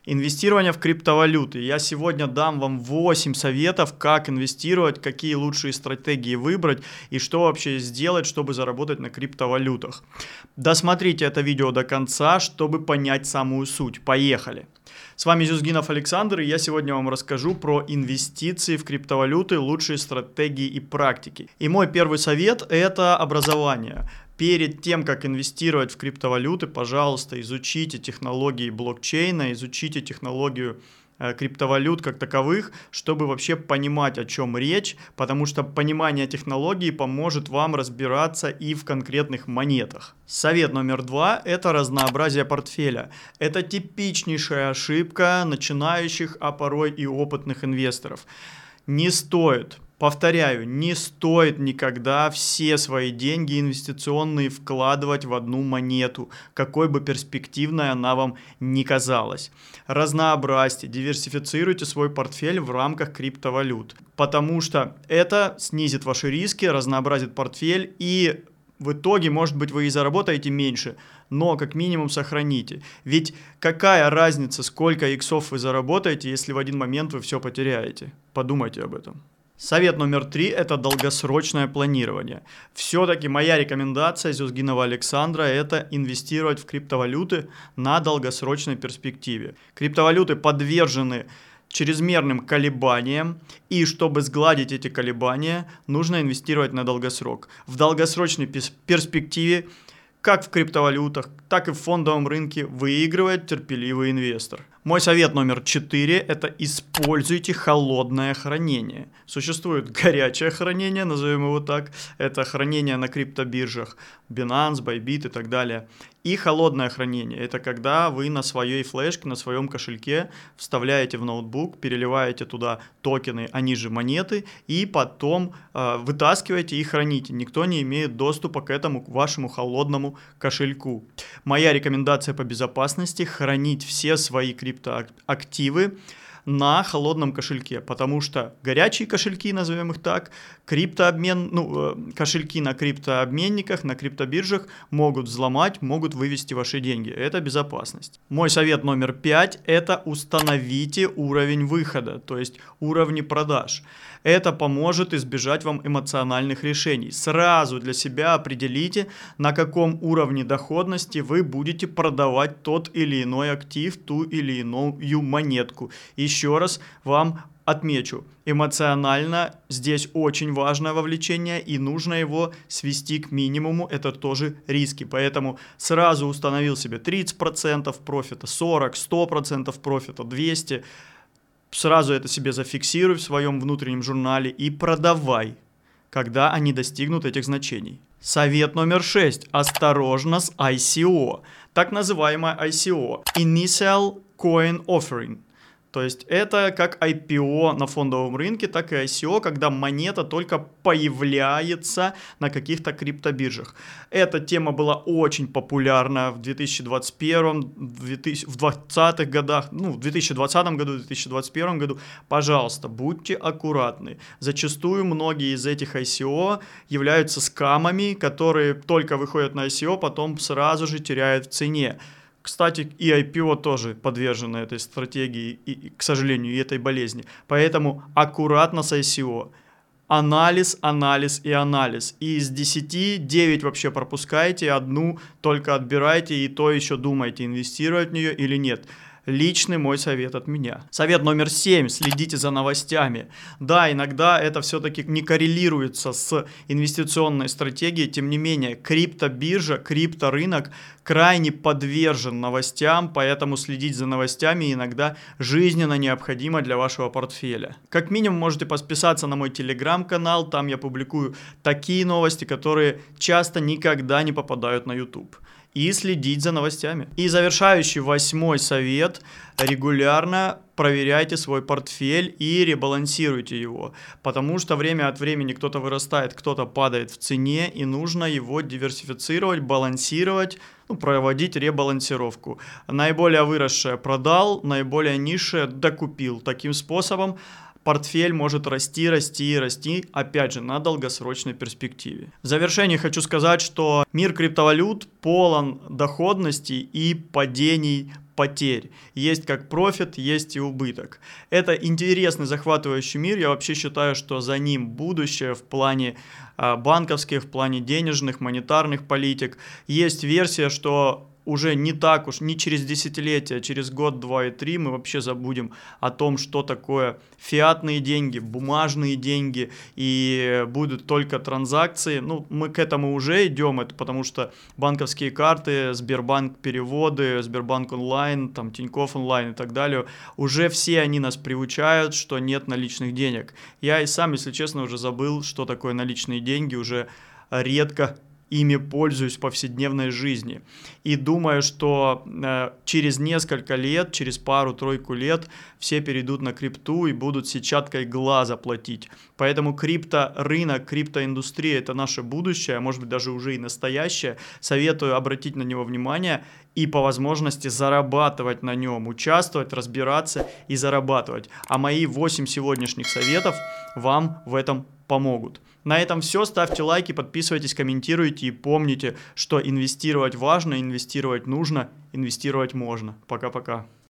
Инвестирование в криптовалюты. Я сегодня дам вам 8 советов, как инвестировать, какие лучшие стратегии выбрать и что вообще сделать, чтобы заработать на криптовалютах. Досмотрите это видео до конца, чтобы понять самую суть. Поехали! С вами Зюзгинов Александр, и я сегодня вам расскажу про инвестиции в криптовалюты, лучшие стратегии и практики. И мой первый совет – это образование. Перед тем, как инвестировать в криптовалюты, пожалуйста, изучите технологии блокчейна, изучите технологию криптовалют как таковых, чтобы вообще понимать, о чем речь, потому что понимание технологий поможет вам разбираться и в конкретных монетах. Совет номер 2 – это разнообразие портфеля. Это типичнейшая ошибка начинающих, а порой и опытных инвесторов. Не стоит. Повторяю, не стоит никогда все свои деньги инвестиционные вкладывать в одну монету, какой бы перспективной она вам ни казалась. Разнообразьте, диверсифицируйте свой портфель в рамках криптовалют, потому что это снизит ваши риски, разнообразит портфель и в итоге, может быть, вы и заработаете меньше, но как минимум сохраните. Ведь какая разница, сколько иксов вы заработаете, если в один момент вы все потеряете? Подумайте об этом. Совет номер 3 – это долгосрочное планирование. Все-таки моя рекомендация Зюзгинова Александра – это инвестировать в криптовалюты на долгосрочной перспективе. Криптовалюты подвержены чрезмерным колебаниям, и чтобы сгладить эти колебания, нужно инвестировать на долгосрок. В долгосрочной перспективе, как в криптовалютах, так и в фондовом рынке выигрывает терпеливый инвестор. Мой совет номер 4 – это используйте холодное хранение. Существует горячее хранение, назовем его так, это хранение на криптобиржах Binance, Bybit и так далее. И холодное хранение – это когда вы на своей флешке, на своем кошельке вставляете в ноутбук, переливаете туда токены, они же монеты, и потом вытаскиваете и храните. Никто не имеет доступа к этому, к вашему холодному кошельку. Моя рекомендация по безопасности – хранить все свои криптоактивы на холодном кошельке, потому что горячие кошельки, назовем их так, кошельки на криптообменниках, на криптобиржах могут взломать, могут вывести ваши деньги. Это безопасность. Мой совет номер 5 – это установите уровень выхода, то есть уровни продаж. Это поможет избежать вам эмоциональных решений. Сразу для себя определите, на каком уровне доходности вы будете продавать тот или иной актив, ту или иную монетку. Еще раз вам отмечу, эмоционально здесь очень важное вовлечение, и нужно его свести к минимуму, это тоже риски. Поэтому сразу установил себе 30% профита, 40%, 100% профита, 200%. Сразу это себе зафиксируй в своем внутреннем журнале и продавай, когда они достигнут этих значений. Совет номер 6. Осторожно с ICO. Так называемое ICO. Initial Coin Offering. То есть это как IPO на фондовом рынке, так и ICO, когда монета только появляется на каких-то криптобиржах. Эта тема была очень популярна в 2021, в 2020 годах, в 2020 году, в 2021 году. Пожалуйста, будьте аккуратны. Зачастую многие из этих ICO являются скамами, которые только выходят на ICO, потом сразу же теряют в цене. Кстати, и IPO тоже подвержены этой стратегии и, к сожалению, и этой болезни. Поэтому аккуратно с ICO. Анализ, анализ и анализ. И из 10 9 вообще пропускайте, одну только отбирайте, и то еще думайте, инвестировать в нее или нет. Личный мой совет от меня. Совет номер 7. Следите за новостями. Да, иногда это все-таки не коррелируется с инвестиционной стратегией. Тем не менее, криптобиржа, крипторынок крайне подвержен новостям, поэтому следить за новостями иногда жизненно необходимо для вашего портфеля. Как минимум можете подписаться на мой телеграм-канал, там я публикую такие новости, которые часто никогда не попадают на YouTube. И следить за новостями. И завершающий 8 совет. Регулярно проверяйте свой портфель и ребалансируйте его. Потому что время от времени кто-то вырастает, кто-то падает в цене, и нужно его диверсифицировать, балансировать, проводить ребалансировку. Наиболее выросшее продал, наиболее низшее докупил. Таким способом портфель может расти, расти и расти, опять же, на долгосрочной перспективе. В завершение хочу сказать, что мир криптовалют полон доходностей и падений потерь. Есть как профит, есть и убыток. Это интересный, захватывающий мир. Я вообще считаю, что за ним будущее в плане банковских, в плане денежных, монетарных политик. Есть версия, что уже не так уж, не через десятилетия, через год, два и три мы вообще забудем о том, что такое фиатные деньги, бумажные деньги, и будут только транзакции. Ну, мы к этому уже идем, это потому что банковские карты, Сбербанк переводы, Сбербанк онлайн, там, Тинькофф онлайн и так далее, уже все они нас приучают, что нет наличных денег. Я и сам, если честно, уже забыл, что такое наличные деньги, уже редко ими пользуюсь в повседневной жизни. И думаю, что через несколько лет, через пару-тройку лет все перейдут на крипту и будут сетчаткой глаза платить. Поэтому крипторынок, криптоиндустрия – это наше будущее, а может быть даже уже и настоящее. Советую обратить на него внимание и по возможности зарабатывать на нем, участвовать, разбираться и зарабатывать. А мои 8 сегодняшних советов вам в этом помогут. На этом все. Ставьте лайки, подписывайтесь, комментируйте и помните, что инвестировать важно, инвестировать нужно, инвестировать можно. Пока-пока.